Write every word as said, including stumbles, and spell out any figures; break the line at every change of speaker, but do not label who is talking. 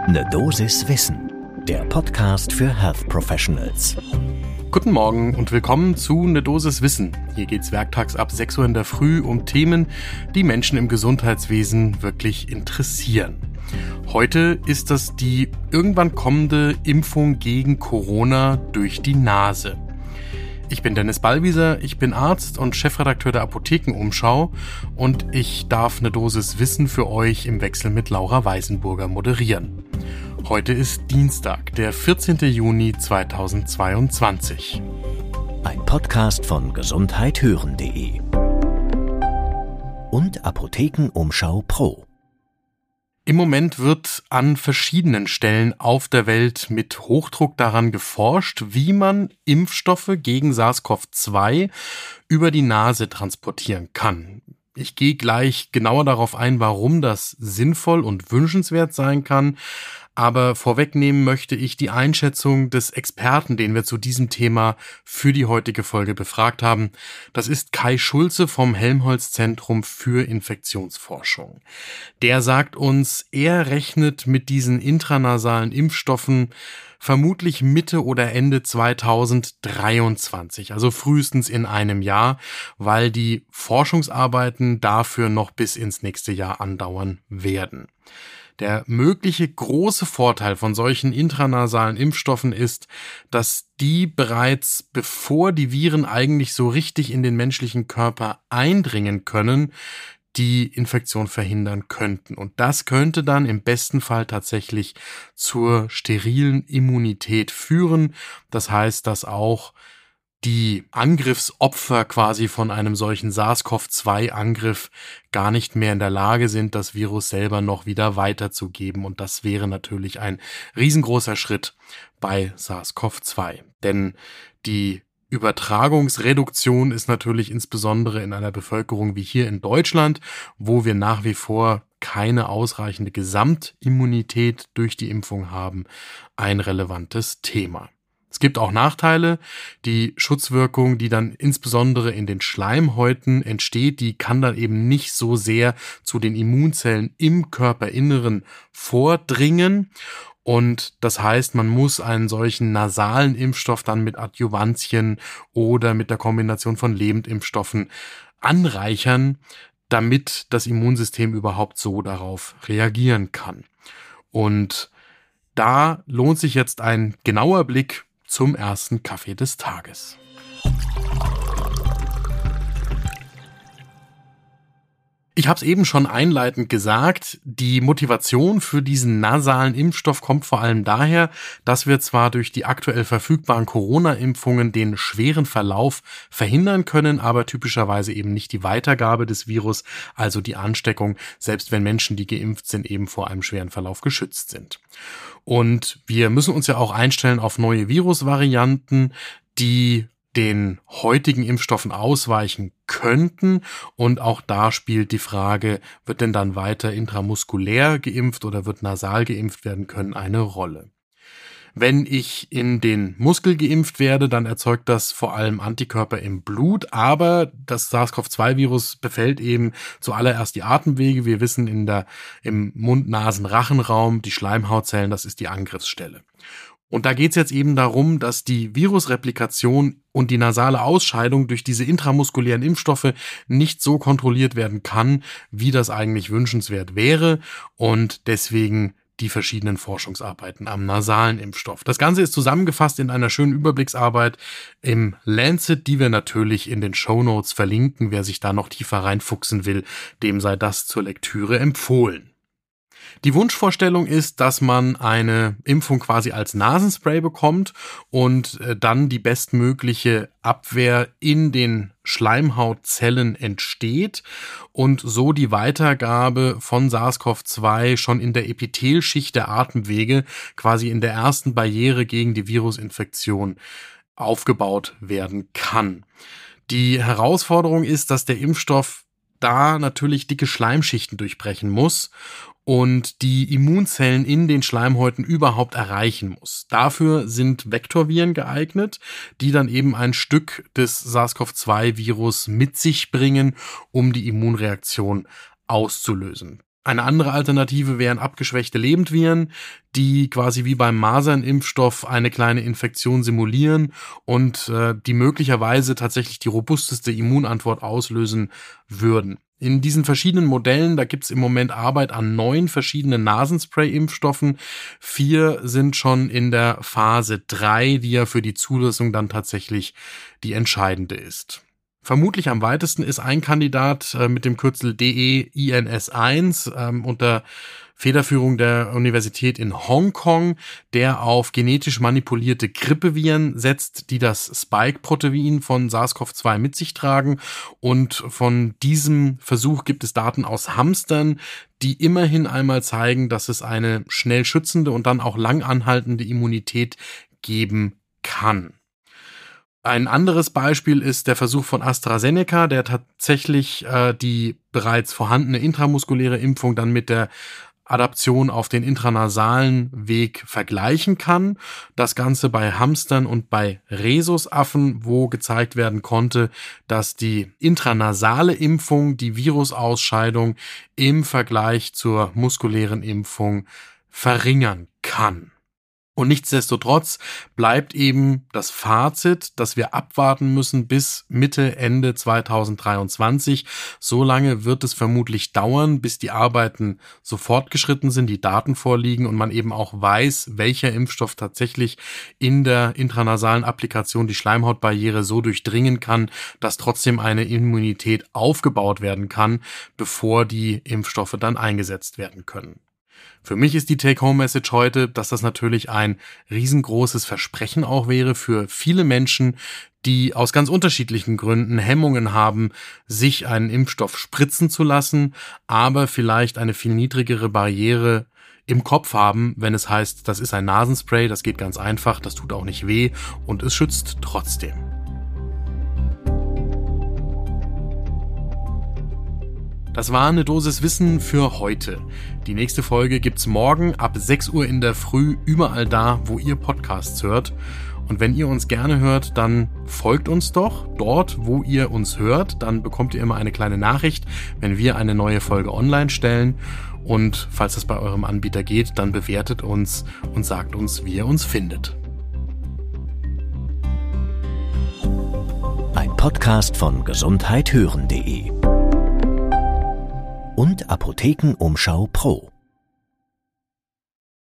Ne Dosis Wissen, der Podcast für Health Professionals.
Guten Morgen und willkommen zu Ne Dosis Wissen. Hier geht's werktags ab sechs Uhr in der Früh um Themen, die Menschen im Gesundheitswesen wirklich interessieren. Heute ist das die irgendwann kommende Impfung gegen Corona durch die Nase. Ich bin Dennis Ballwieser, ich bin Arzt und Chefredakteur der Apothekenumschau und ich darf Ne Dosis Wissen für euch im Wechsel mit Laura Weisenburger moderieren. Heute ist Dienstag, der vierzehnten Juni zweitausendzweiundzwanzig.
Ein Podcast von gesundheit hören punkt de und Apothekenumschau Pro.
Im Moment wird an verschiedenen Stellen auf der Welt mit Hochdruck daran geforscht, wie man Impfstoffe gegen SARS-CoV zwei über die Nase transportieren kann. Ich gehe gleich genauer darauf ein, warum das sinnvoll und wünschenswert sein kann. Aber vorwegnehmen möchte ich die Einschätzung des Experten, den wir zu diesem Thema für die heutige Folge befragt haben. Das ist Kai Schulze vom Helmholtz-Zentrum für Infektionsforschung. Der sagt uns, er rechnet mit diesen intranasalen Impfstoffen vermutlich Mitte oder Ende zweitausenddreiundzwanzig, also frühestens in einem Jahr, weil die Forschungsarbeiten dafür noch bis ins nächste Jahr andauern werden. Der mögliche große Vorteil von solchen intranasalen Impfstoffen ist, dass die bereits, bevor die Viren eigentlich so richtig in den menschlichen Körper eindringen können, die Infektion verhindern könnten. Und das könnte dann im besten Fall tatsächlich zur sterilen Immunität führen. Das heißt, dass auch die Angriffsopfer quasi von einem solchen SARS-CoV zwei Angriff gar nicht mehr in der Lage sind, das Virus selber noch wieder weiterzugeben. Und das wäre natürlich ein riesengroßer Schritt bei SARS-CoV zwei. Denn die Übertragungsreduktion ist natürlich insbesondere in einer Bevölkerung wie hier in Deutschland, wo wir nach wie vor keine ausreichende Gesamtimmunität durch die Impfung haben, ein relevantes Thema. Es gibt auch Nachteile. Die Schutzwirkung, die dann insbesondere in den Schleimhäuten entsteht, die kann dann eben nicht so sehr zu den Immunzellen im Körperinneren vordringen. Und das heißt, man muss einen solchen nasalen Impfstoff dann mit Adjuvantien oder mit der Kombination von Lebendimpfstoffen anreichern, damit das Immunsystem überhaupt so darauf reagieren kann. Und da lohnt sich jetzt ein genauer Blick zum ersten Kaffee des Tages. Ich habe es eben schon einleitend gesagt, die Motivation für diesen nasalen Impfstoff kommt vor allem daher, dass wir zwar durch die aktuell verfügbaren Corona-Impfungen den schweren Verlauf verhindern können, aber typischerweise eben nicht die Weitergabe des Virus, also die Ansteckung, selbst wenn Menschen, die geimpft sind, eben vor einem schweren Verlauf geschützt sind. Und wir müssen uns ja auch einstellen auf neue Virusvarianten, die den heutigen Impfstoffen ausweichen könnten. Und auch da spielt die Frage, wird denn dann weiter intramuskulär geimpft oder wird nasal geimpft werden können, eine Rolle. Wenn ich in den Muskel geimpft werde, dann erzeugt das vor allem Antikörper im Blut, aber das SARS-CoV zwei Virus befällt eben zuallererst die Atemwege. Wir wissen, in der, im Mund-Nasen-Rachenraum, die Schleimhautzellen, das ist die Angriffsstelle. Und da geht es jetzt eben darum, dass die Virusreplikation und die nasale Ausscheidung durch diese intramuskulären Impfstoffe nicht so kontrolliert werden kann, wie das eigentlich wünschenswert wäre. Und deswegen die verschiedenen Forschungsarbeiten am nasalen Impfstoff. Das Ganze ist zusammengefasst in einer schönen Überblicksarbeit im Lancet, die wir natürlich in den Shownotes verlinken. Wer sich da noch tiefer reinfuchsen will, dem sei das zur Lektüre empfohlen. Die Wunschvorstellung ist, dass man eine Impfung quasi als Nasenspray bekommt und dann die bestmögliche Abwehr in den Schleimhautzellen entsteht und so die Weitergabe von SARS-CoV zwei schon in der Epithelschicht der Atemwege, quasi in der ersten Barriere gegen die Virusinfektion, aufgebaut werden kann. Die Herausforderung ist, dass der Impfstoff da natürlich dicke Schleimschichten durchbrechen muss und die Immunzellen in den Schleimhäuten überhaupt erreichen muss. Dafür sind Vektorviren geeignet, die dann eben ein Stück des SARS-CoV zwei Virus mit sich bringen, um die Immunreaktion auszulösen. Eine andere Alternative wären abgeschwächte Lebendviren, die quasi wie beim Masernimpfstoff eine kleine Infektion simulieren und äh, die möglicherweise tatsächlich die robusteste Immunantwort auslösen würden. In diesen verschiedenen Modellen, da gibt es im Moment Arbeit an neun verschiedenen Nasenspray-Impfstoffen. Vier sind schon in der Phase drei, die ja für die Zulassung dann tatsächlich die entscheidende ist. Vermutlich am weitesten ist ein Kandidat äh, mit dem Kürzel D E I N S eins ähm, unter Federführung der Universität in Hongkong, der auf genetisch manipulierte Grippeviren setzt, die das Spike-Protein von SARS-C o V zwei mit sich tragen. Und von diesem Versuch gibt es Daten aus Hamstern, die immerhin einmal zeigen, dass es eine schnell schützende und dann auch lang anhaltende Immunität geben kann. Ein anderes Beispiel ist der Versuch von AstraZeneca, der tatsächlich äh, die bereits vorhandene intramuskuläre Impfung dann mit der Adaption auf den intranasalen Weg vergleichen kann. Das Ganze bei Hamstern und bei Rhesusaffen, wo gezeigt werden konnte, dass die intranasale Impfung die Virusausscheidung im Vergleich zur muskulären Impfung verringern kann. Und nichtsdestotrotz bleibt eben das Fazit, dass wir abwarten müssen bis Mitte, Ende zweitausenddreiundzwanzig. So lange wird es vermutlich dauern, bis die Arbeiten so fortgeschritten sind, die Daten vorliegen und man eben auch weiß, welcher Impfstoff tatsächlich in der intranasalen Applikation die Schleimhautbarriere so durchdringen kann, dass trotzdem eine Immunität aufgebaut werden kann, bevor die Impfstoffe dann eingesetzt werden können. Für mich ist die Take-Home-Message heute, dass das natürlich ein riesengroßes Versprechen auch wäre für viele Menschen, die aus ganz unterschiedlichen Gründen Hemmungen haben, sich einen Impfstoff spritzen zu lassen, aber vielleicht eine viel niedrigere Barriere im Kopf haben, wenn es heißt, das ist ein Nasenspray, das geht ganz einfach, das tut auch nicht weh und es schützt trotzdem. Das war eine Dosis Wissen für heute. Die nächste Folge gibt's morgen ab sechs Uhr in der Früh überall da, wo ihr Podcasts hört. Und wenn ihr uns gerne hört, dann folgt uns doch dort, wo ihr uns hört. Dann bekommt ihr immer eine kleine Nachricht, wenn wir eine neue Folge online stellen. Und falls das bei eurem Anbieter geht, dann bewertet uns und sagt uns, wie ihr uns findet.
Ein Podcast von gesundheit hören punkt de und Apothekenumschau Pro.